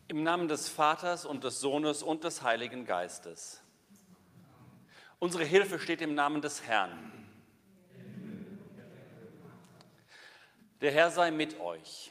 Im Namen des Vaters und des Sohnes und des Heiligen Geistes. Unsere Hilfe steht im Namen des Herrn. Der Herr sei mit euch.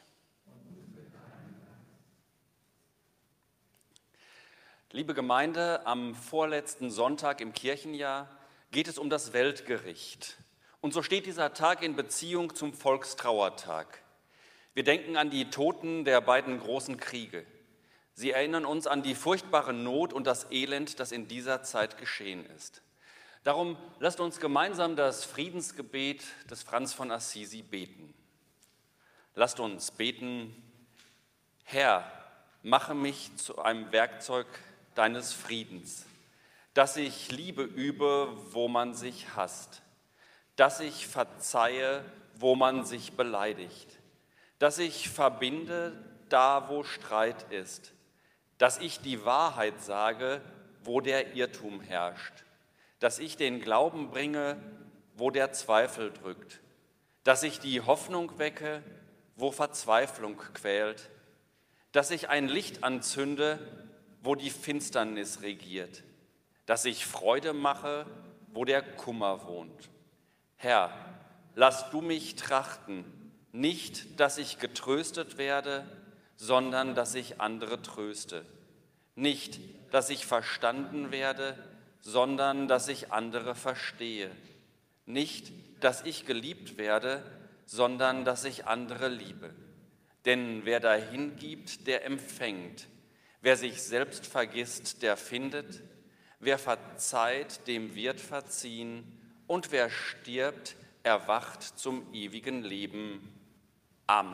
Liebe Gemeinde, am vorletzten Sonntag im Kirchenjahr geht es um das Weltgericht. Und so steht dieser Tag in Beziehung zum Volkstrauertag. Wir denken an die Toten der beiden großen Kriege. Sie erinnern uns an die furchtbare Not und das Elend, das in dieser Zeit geschehen ist. Darum lasst uns gemeinsam das Friedensgebet des Franz von Assisi beten. Lasst uns beten: Herr, mache mich zu einem Werkzeug deines Friedens, dass ich Liebe übe, wo man sich hasst, dass ich verzeihe, wo man sich beleidigt, dass ich verbinde, da wo Streit ist, dass ich die Wahrheit sage, wo der Irrtum herrscht, dass ich den Glauben bringe, wo der Zweifel drückt, dass ich die Hoffnung wecke, wo Verzweiflung quält, dass ich ein Licht anzünde, wo die Finsternis regiert, dass ich Freude mache, wo der Kummer wohnt. Herr, lass du mich trachten, nicht, dass ich getröstet werde, sondern dass ich andere tröste. Nicht, dass ich verstanden werde, sondern dass ich andere verstehe. Nicht, dass ich geliebt werde, sondern dass ich andere liebe. Denn wer dahin gibt, der empfängt. Wer sich selbst vergisst, der findet. Wer verzeiht, dem wird verziehen. Und wer stirbt, erwacht zum ewigen Leben. Amen.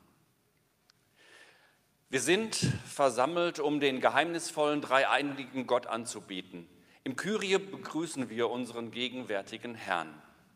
Wir sind versammelt, um den geheimnisvollen dreieinigen Gott anzubeten. Im Kyrie begrüßen wir unseren gegenwärtigen Herrn.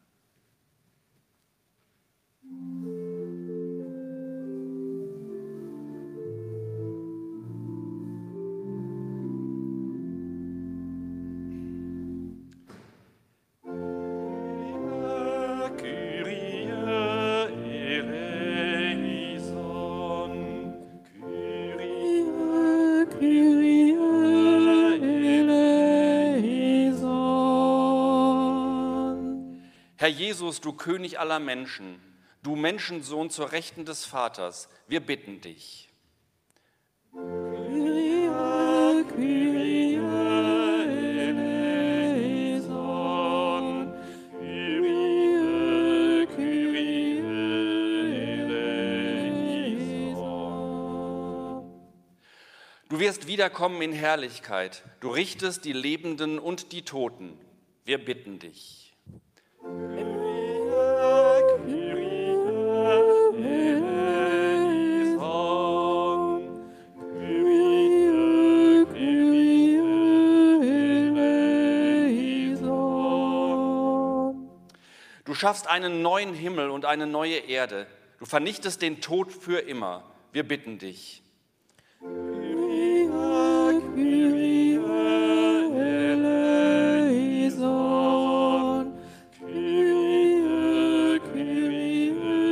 Herr Jesus, du König aller Menschen, du Menschensohn zur Rechten des Vaters, wir bitten dich. Kyrie, Kyrie eleison. Kyrie, Kyrie eleison. Du wirst wiederkommen in Herrlichkeit, du richtest die Lebenden und die Toten, wir bitten dich. Du schaffst einen neuen Himmel und eine neue Erde. Du vernichtest den Tod für immer. Wir bitten dich. Kyrie, Kyrie eleison. Kyrie, Kyrie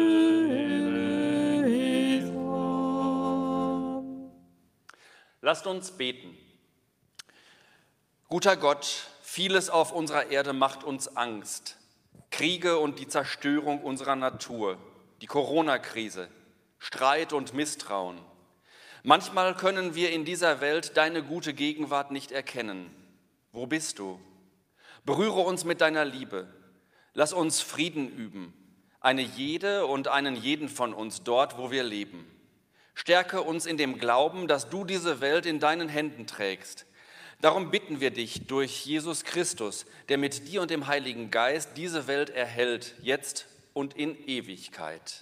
eleison. Lasst uns beten. Guter Gott, vieles auf unserer Erde macht uns Angst. Kriege und die Zerstörung unserer Natur, die Corona-Krise, Streit und Misstrauen. Manchmal können wir in dieser Welt deine gute Gegenwart nicht erkennen. Wo bist du? Berühre uns mit deiner Liebe. Lass uns Frieden üben, eine jede und einen jeden von uns dort, wo wir leben. Stärke uns in dem Glauben, dass du diese Welt in deinen Händen trägst. Darum bitten wir dich durch Jesus Christus, der mit dir und dem Heiligen Geist diese Welt erhält, jetzt und in Ewigkeit.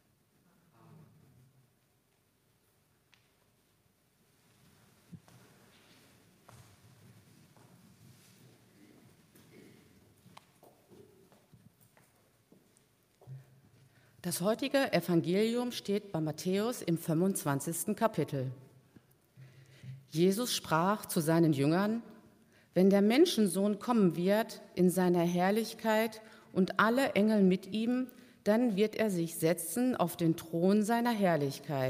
Das heutige Evangelium steht bei Matthäus im 25. Kapitel. Jesus sprach zu seinen Jüngern: Wenn der Menschensohn kommen wird in seiner Herrlichkeit und alle Engel mit ihm, dann wird er sich setzen auf den Thron seiner Herrlichkeit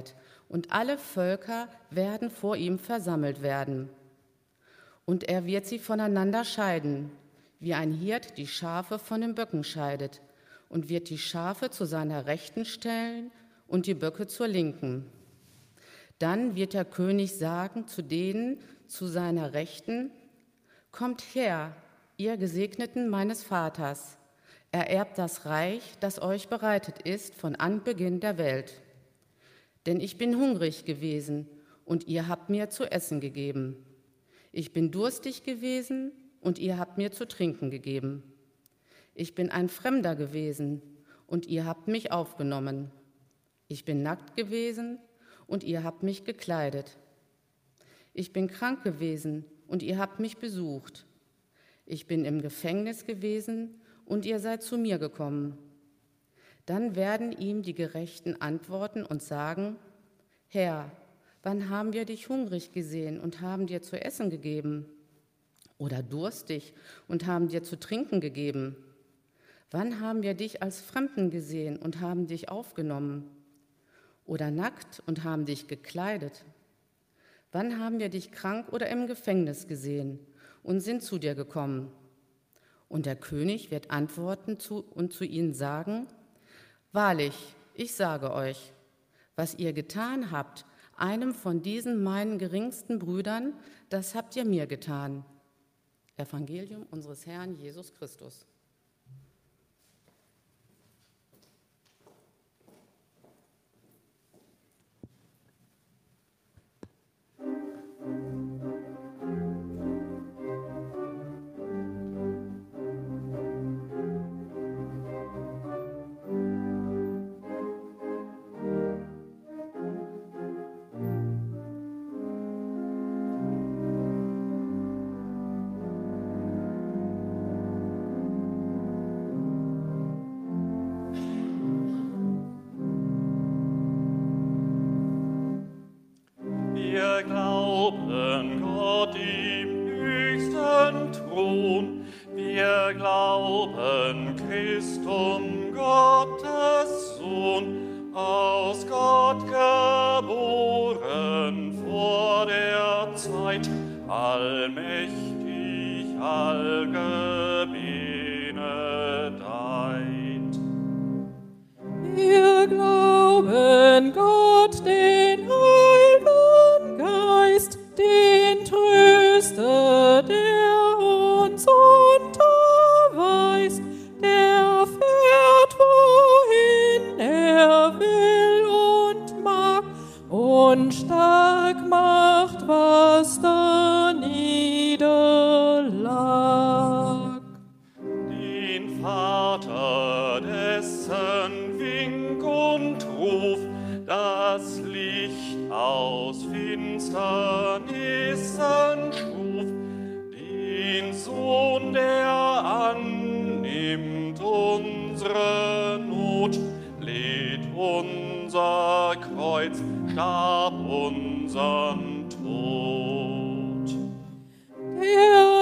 und alle Völker werden vor ihm versammelt werden. Und er wird sie voneinander scheiden, wie ein Hirt die Schafe von den Böcken scheidet, und wird die Schafe zu seiner Rechten stellen und die Böcke zur Linken. Dann wird der König sagen zu denen zu seiner Rechten: Kommt her, ihr Gesegneten meines Vaters, ererbt das Reich, das euch bereitet ist von Anbeginn der Welt. Denn ich bin hungrig gewesen, und ihr habt mir zu essen gegeben. Ich bin durstig gewesen, und ihr habt mir zu trinken gegeben. Ich bin ein Fremder gewesen, und ihr habt mich aufgenommen. Ich bin nackt gewesen, und ihr habt mich gekleidet. Ich bin krank gewesen, und ihr habt mich besucht. Ich bin im Gefängnis gewesen, und ihr seid zu mir gekommen. Dann werden ihm die Gerechten antworten und sagen: Herr, wann haben wir dich hungrig gesehen und haben dir zu essen gegeben? Oder durstig und haben dir zu trinken gegeben? Wann haben wir dich als Fremden gesehen und haben dich aufgenommen? Oder nackt und haben dich gekleidet? Wann haben wir dich krank oder im Gefängnis gesehen und sind zu dir gekommen? Und der König wird antworten und zu ihnen sagen: Wahrlich, ich sage euch, was ihr getan habt, einem von diesen meinen geringsten Brüdern, das habt ihr mir getan. Evangelium unseres Herrn Jesus Christus. Wir glauben Gott im höchsten Thron. Wir glauben Christum, Gottes Sohn, aus Gott geboren vor der Zeit, allmächtig, allgebenedeit. Wir glauben Gott, den Heiligen Geist, den Tröster, der uns unterweist, der fährt, wohin er will und mag, und stark macht, was da niederlag. Den Vater, dessen Wink und Ruf das Licht aus Finsternissen schuf, den Sohn, der annimmt unsere Not, lädt unser Kreuz, starb unseren Tod. Der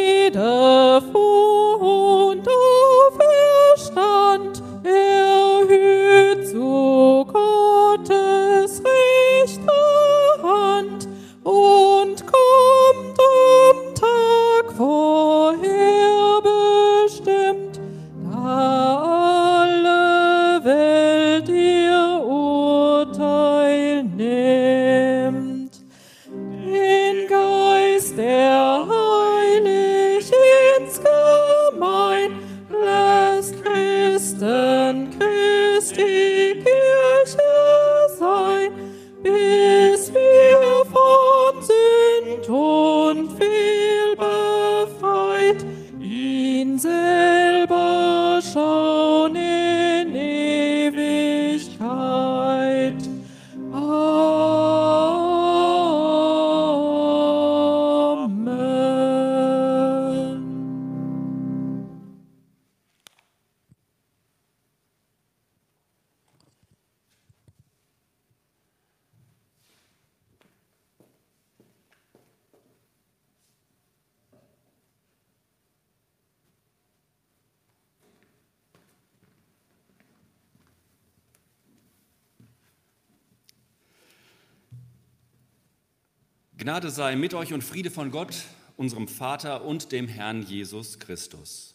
niederfuhr und auferstand, erhöht zu Gottes rechter Hand und kommt am Tag vorher bestimmt, da alle Welt ihr Urteil nimmt. Den Geist, der heilig ins Gemein lässt, Christen, Christi Kirche sein, bis wir von Sünd und Fehl befreit, ihn selber schauen in Ewigkeit. Amen. Gnade sei mit euch und Friede von Gott, unserem Vater und dem Herrn Jesus Christus.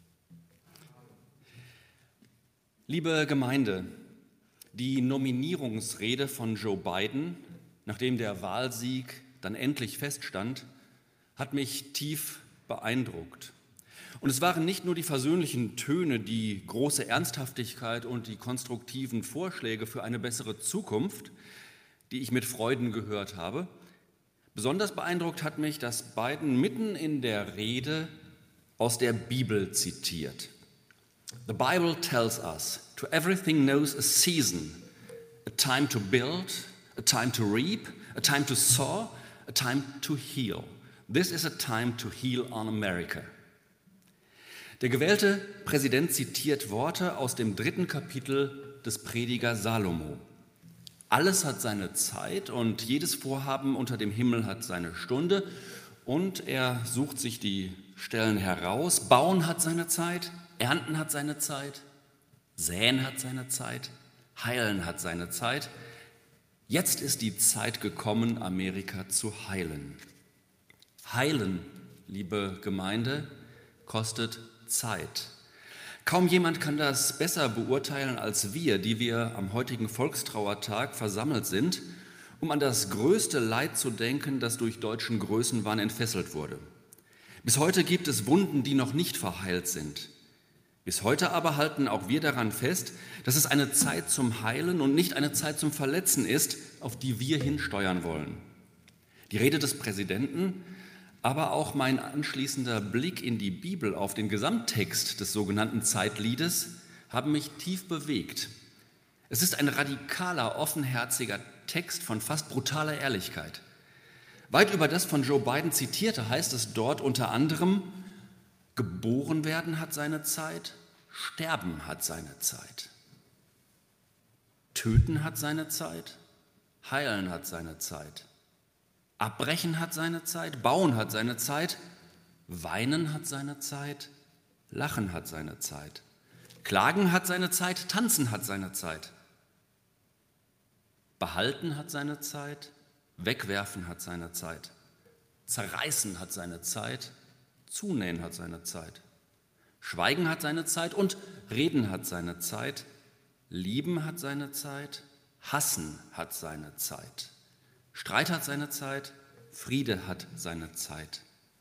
Liebe Gemeinde, die Nominierungsrede von Joe Biden, nachdem der Wahlsieg dann endlich feststand, hat mich tief beeindruckt. Und es waren nicht nur die versöhnlichen Töne, die große Ernsthaftigkeit und die konstruktiven Vorschläge für eine bessere Zukunft, die ich mit Freuden gehört habe. Besonders beeindruckt hat mich, dass Biden mitten in der Rede aus der Bibel zitiert. The Bible tells us, to everything knows a season, a time to build, a time to reap, a time to sow, a time to heal. This is a time to heal on America. Der gewählte Präsident zitiert Worte aus dem 3. Kapitel des Prediger Salomo. Alles hat seine Zeit und jedes Vorhaben unter dem Himmel hat seine Stunde und er sucht sich die Stellen heraus. Bauen hat seine Zeit, Ernten hat seine Zeit, Säen hat seine Zeit, Heilen hat seine Zeit. Jetzt ist die Zeit gekommen, Amerika zu heilen. Heilen, liebe Gemeinde, kostet Zeit. Kaum jemand kann das besser beurteilen als wir, die wir am heutigen Volkstrauertag versammelt sind, um an das größte Leid zu denken, das durch deutschen Größenwahn entfesselt wurde. Bis heute gibt es Wunden, die noch nicht verheilt sind. Bis heute aber halten auch wir daran fest, dass es eine Zeit zum Heilen und nicht eine Zeit zum Verletzen ist, auf die wir hinsteuern wollen. Die Rede des Präsidenten, aber auch mein anschließender Blick in die Bibel auf den Gesamttext des sogenannten Zeitliedes haben mich tief bewegt. Es ist ein radikaler, offenherziger Text von fast brutaler Ehrlichkeit. Weit über das von Joe Biden zitierte heißt es dort unter anderem: Geboren werden hat seine Zeit, sterben hat seine Zeit. Töten hat seine Zeit, heilen hat seine Zeit. Abbrechen hat seine Zeit, bauen hat seine Zeit, weinen hat seine Zeit, lachen hat seine Zeit, klagen hat seine Zeit, tanzen hat seine Zeit, behalten hat seine Zeit, wegwerfen hat seine Zeit, zerreißen hat seine Zeit, zunähen hat seine Zeit, schweigen hat seine Zeit und reden hat seine Zeit, lieben hat seine Zeit, hassen hat seine Zeit. Streit hat seine Zeit, Friede hat seine Zeit.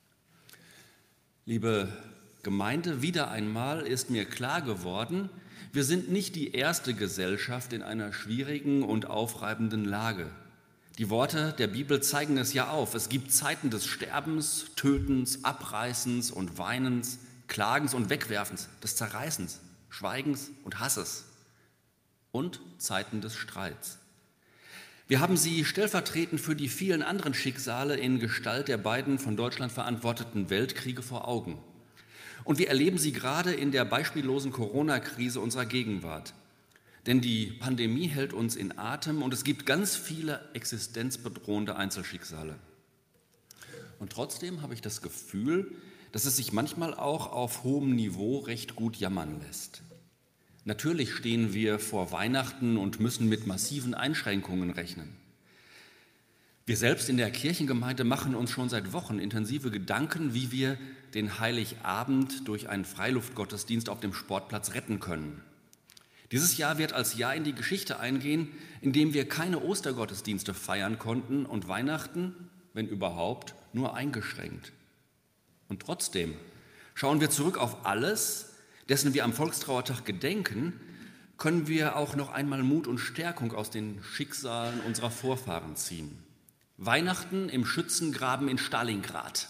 Liebe Gemeinde, wieder einmal ist mir klar geworden, wir sind nicht die erste Gesellschaft in einer schwierigen und aufreibenden Lage. Die Worte der Bibel zeigen es ja auf. Es gibt Zeiten des Sterbens, Tötens, Abreißens und Weinens, Klagens und Wegwerfens, des Zerreißens, Schweigens und Hasses und Zeiten des Streits. Wir haben sie stellvertretend für die vielen anderen Schicksale in Gestalt der beiden von Deutschland verantworteten Weltkriege vor Augen. Und wir erleben sie gerade in der beispiellosen Corona-Krise unserer Gegenwart. Denn die Pandemie hält uns in Atem und es gibt ganz viele existenzbedrohende Einzelschicksale. Und trotzdem habe ich das Gefühl, dass es sich manchmal auch auf hohem Niveau recht gut jammern lässt. Natürlich stehen wir vor Weihnachten und müssen mit massiven Einschränkungen rechnen. Wir selbst in der Kirchengemeinde machen uns schon seit Wochen intensive Gedanken, wie wir den Heiligabend durch einen Freiluftgottesdienst auf dem Sportplatz retten können. Dieses Jahr wird als Jahr in die Geschichte eingehen, in dem wir keine Ostergottesdienste feiern konnten und Weihnachten, wenn überhaupt, nur eingeschränkt. Und trotzdem schauen wir zurück auf alles, dessen wir am Volkstrauertag gedenken, können wir auch noch einmal Mut und Stärkung aus den Schicksalen unserer Vorfahren ziehen. Weihnachten im Schützengraben in Stalingrad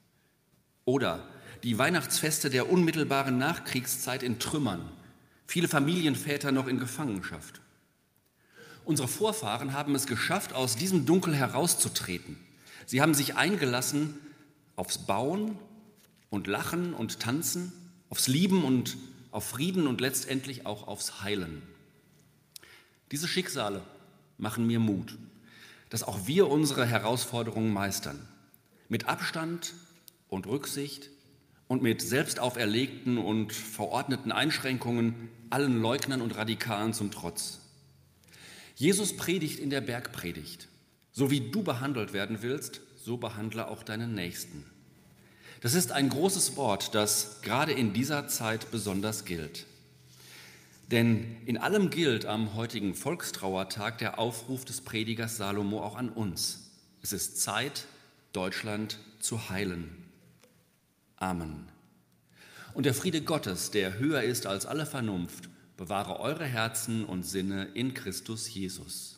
oder die Weihnachtsfeste der unmittelbaren Nachkriegszeit in Trümmern, viele Familienväter noch in Gefangenschaft. Unsere Vorfahren haben es geschafft, aus diesem Dunkel herauszutreten. Sie haben sich eingelassen aufs Bauen und Lachen und Tanzen, aufs Lieben und auf Frieden und letztendlich auch aufs Heilen. Diese Schicksale machen mir Mut, dass auch wir unsere Herausforderungen meistern. Mit Abstand und Rücksicht und mit selbst auferlegten und verordneten Einschränkungen, allen Leugnern und Radikalen zum Trotz. Jesus predigt in der Bergpredigt: So wie du behandelt werden willst, so behandle auch deinen Nächsten. Das ist ein großes Wort, das gerade in dieser Zeit besonders gilt. Denn in allem gilt am heutigen Volkstrauertag der Aufruf des Predigers Salomo auch an uns. Es ist Zeit, Deutschland zu heilen. Amen. Und der Friede Gottes, der höher ist als alle Vernunft, bewahre eure Herzen und Sinne in Christus Jesus.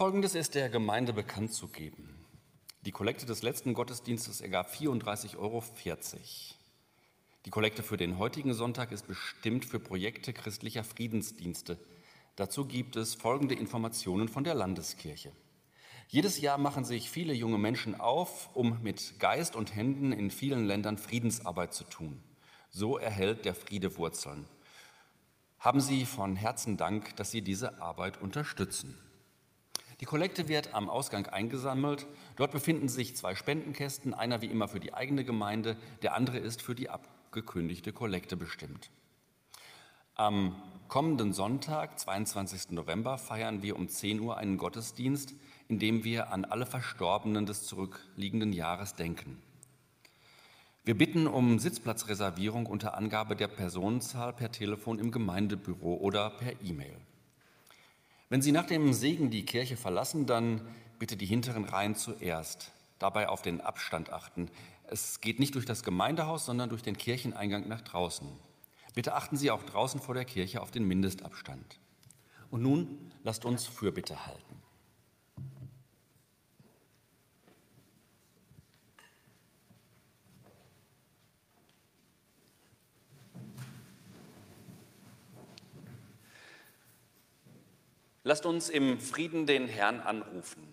Folgendes ist der Gemeinde bekannt zu geben. Die Kollekte des letzten Gottesdienstes ergab 34,40 Euro. Die Kollekte für den heutigen Sonntag ist bestimmt für Projekte christlicher Friedensdienste. Dazu gibt es folgende Informationen von der Landeskirche. Jedes Jahr machen sich viele junge Menschen auf, um mit Geist und Händen in vielen Ländern Friedensarbeit zu tun. So erhält der Friede Wurzeln. Haben Sie von Herzen Dank, dass Sie diese Arbeit unterstützen. Die Kollekte wird am Ausgang eingesammelt. Dort befinden sich 2 Spendenkästen, einer wie immer für die eigene Gemeinde, der andere ist für die abgekündigte Kollekte bestimmt. Am kommenden Sonntag, 22. November, feiern wir um 10 Uhr einen Gottesdienst, in dem wir an alle Verstorbenen des zurückliegenden Jahres denken. Wir bitten um Sitzplatzreservierung unter Angabe der Personenzahl per Telefon im Gemeindebüro oder per E-Mail. Wenn Sie nach dem Segen die Kirche verlassen, dann bitte die hinteren Reihen zuerst. Dabei auf den Abstand achten. Es geht nicht durch das Gemeindehaus, sondern durch den Kircheneingang nach draußen. Bitte achten Sie auch draußen vor der Kirche auf den Mindestabstand. Und nun lasst uns Fürbitte halten. Lasst uns im Frieden den Herrn anrufen.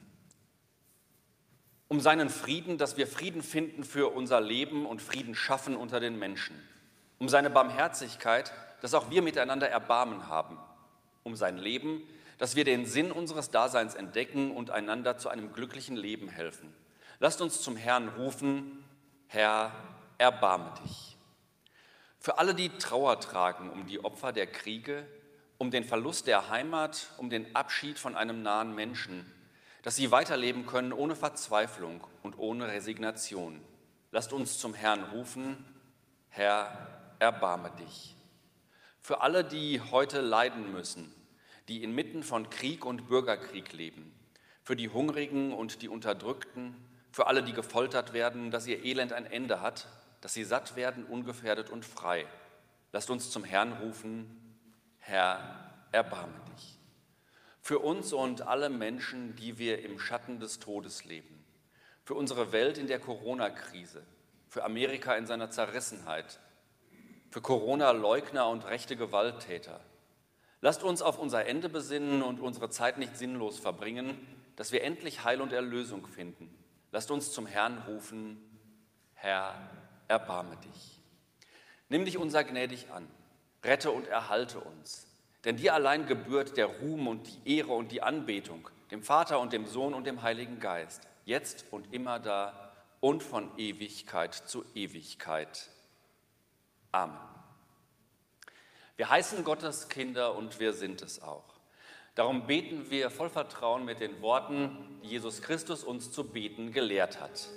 Um seinen Frieden, dass wir Frieden finden für unser Leben und Frieden schaffen unter den Menschen. Um seine Barmherzigkeit, dass auch wir miteinander Erbarmen haben. Um sein Leben, dass wir den Sinn unseres Daseins entdecken und einander zu einem glücklichen Leben helfen. Lasst uns zum Herrn rufen: Herr, erbarme dich. Für alle, die Trauer tragen um die Opfer der Kriege, um den Verlust der Heimat, um den Abschied von einem nahen Menschen, dass sie weiterleben können ohne Verzweiflung und ohne Resignation. Lasst uns zum Herrn rufen: Herr, erbarme dich. Für alle, die heute leiden müssen, die inmitten von Krieg und Bürgerkrieg leben, für die Hungrigen und die Unterdrückten, für alle, die gefoltert werden, dass ihr Elend ein Ende hat, dass sie satt werden, ungefährdet und frei. Lasst uns zum Herrn rufen: Herr, erbarme dich. Für uns und alle Menschen, die wir im Schatten des Todes leben, für unsere Welt in der Corona-Krise, für Amerika in seiner Zerrissenheit, für Corona-Leugner und rechte Gewalttäter. Lasst uns auf unser Ende besinnen und unsere Zeit nicht sinnlos verbringen, dass wir endlich Heil und Erlösung finden. Lasst uns zum Herrn rufen: Herr, erbarme dich. Nimm dich unser gnädig an. Rette und erhalte uns, denn dir allein gebührt der Ruhm und die Ehre und die Anbetung, dem Vater und dem Sohn und dem Heiligen Geist, jetzt und immer da und von Ewigkeit zu Ewigkeit. Amen. Wir heißen Gottes Kinder und wir sind es auch. Darum beten wir voll Vertrauen mit den Worten, die Jesus Christus uns zu beten gelehrt hat.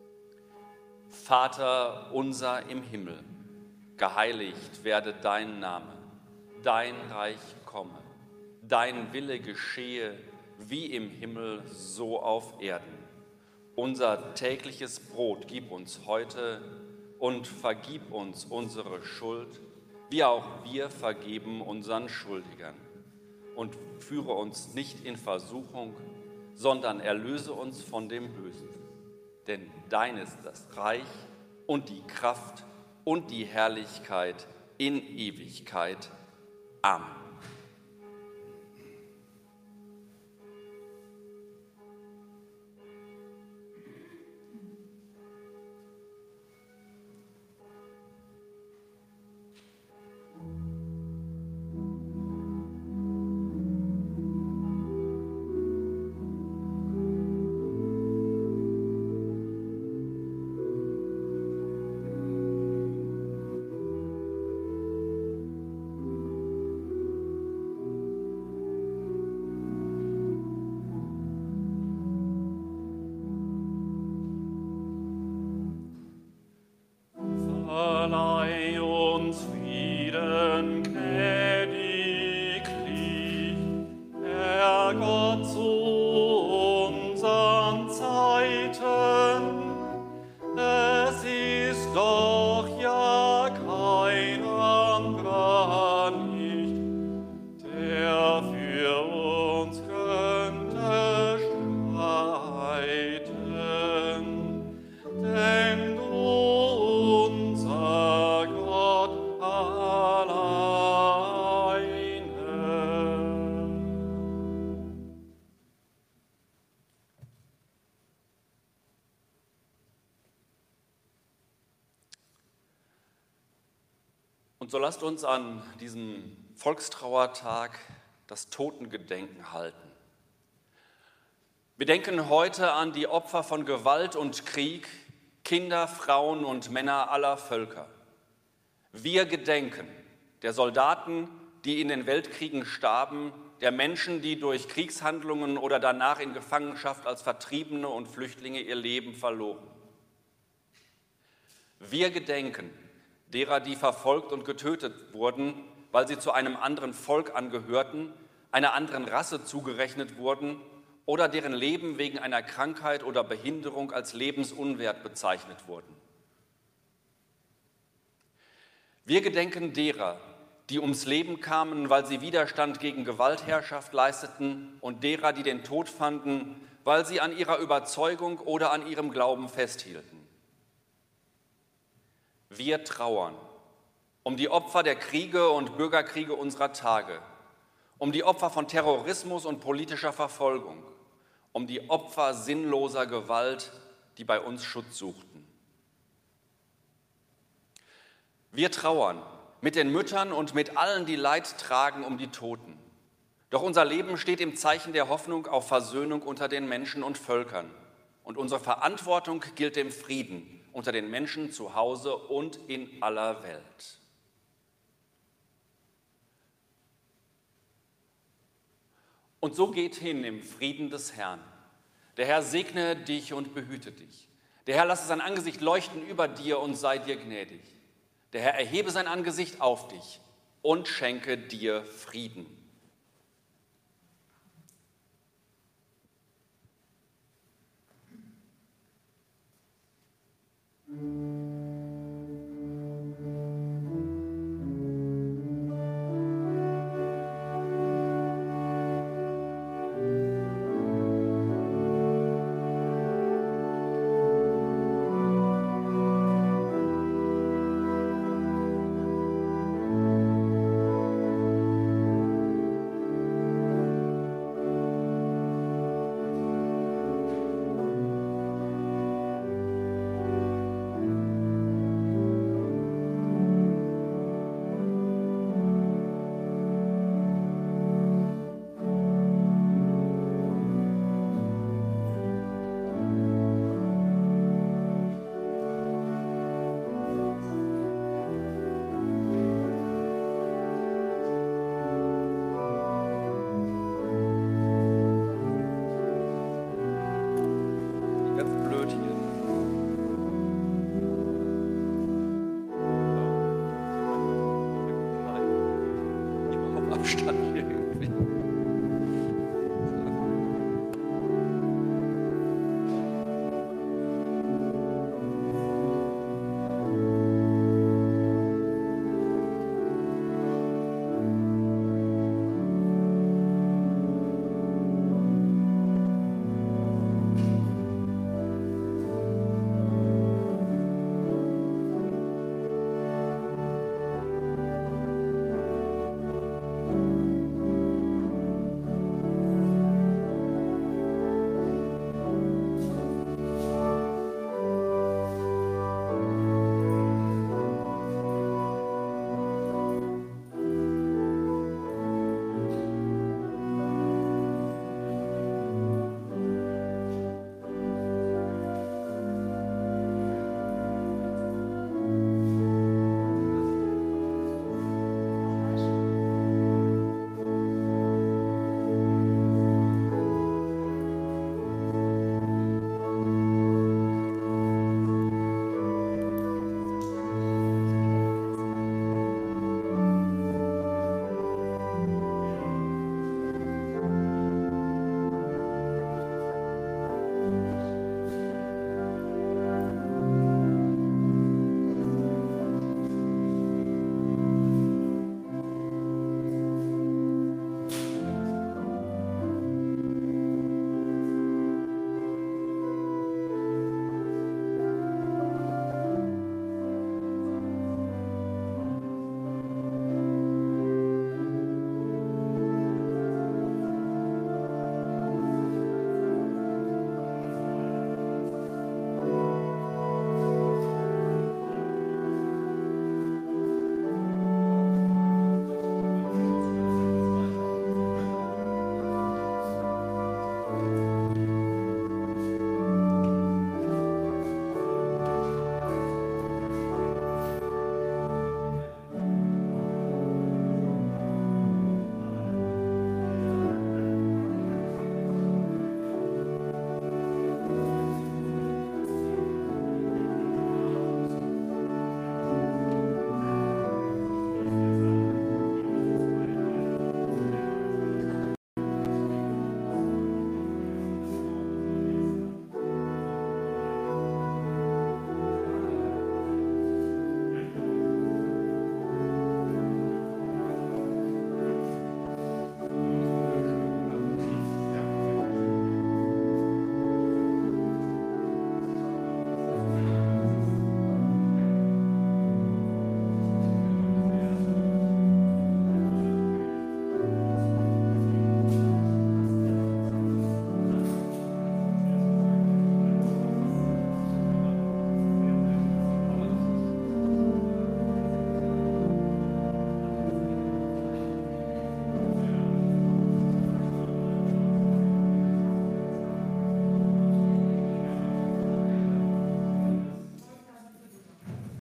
Vater unser im Himmel, geheiligt werde dein Name, dein Reich komme, dein Wille geschehe, wie im Himmel, so auf Erden. Unser tägliches Brot gib uns heute und vergib uns unsere Schuld, wie auch wir vergeben unseren Schuldigern. Und führe uns nicht in Versuchung, sondern erlöse uns von dem Bösen. Denn dein ist das Reich und die Kraft und die Herrlichkeit in Ewigkeit. Amen. Und so lasst uns an diesem Volkstrauertag das Totengedenken halten. Wir denken heute an die Opfer von Gewalt und Krieg, Kinder, Frauen und Männer aller Völker. Wir gedenken der Soldaten, die in den Weltkriegen starben, der Menschen, die durch Kriegshandlungen oder danach in Gefangenschaft als Vertriebene und Flüchtlinge ihr Leben verloren. Wir gedenken derer, die verfolgt und getötet wurden, weil sie zu einem anderen Volk angehörten, einer anderen Rasse zugerechnet wurden oder deren Leben wegen einer Krankheit oder Behinderung als lebensunwert bezeichnet wurden. Wir gedenken derer, die ums Leben kamen, weil sie Widerstand gegen Gewaltherrschaft leisteten und derer, die den Tod fanden, weil sie an ihrer Überzeugung oder an ihrem Glauben festhielten. Wir trauern um die Opfer der Kriege und Bürgerkriege unserer Tage, um die Opfer von Terrorismus und politischer Verfolgung, um die Opfer sinnloser Gewalt, die bei uns Schutz suchten. Wir trauern mit den Müttern und mit allen, die Leid tragen, um die Toten. Doch unser Leben steht im Zeichen der Hoffnung auf Versöhnung unter den Menschen und Völkern. Und unsere Verantwortung gilt dem Frieden unter den Menschen zu Hause und in aller Welt. Und so geht hin im Frieden des Herrn. Der Herr segne dich und behüte dich. Der Herr lasse sein Angesicht leuchten über dir und sei dir gnädig. Der Herr erhebe sein Angesicht auf dich und schenke dir Frieden.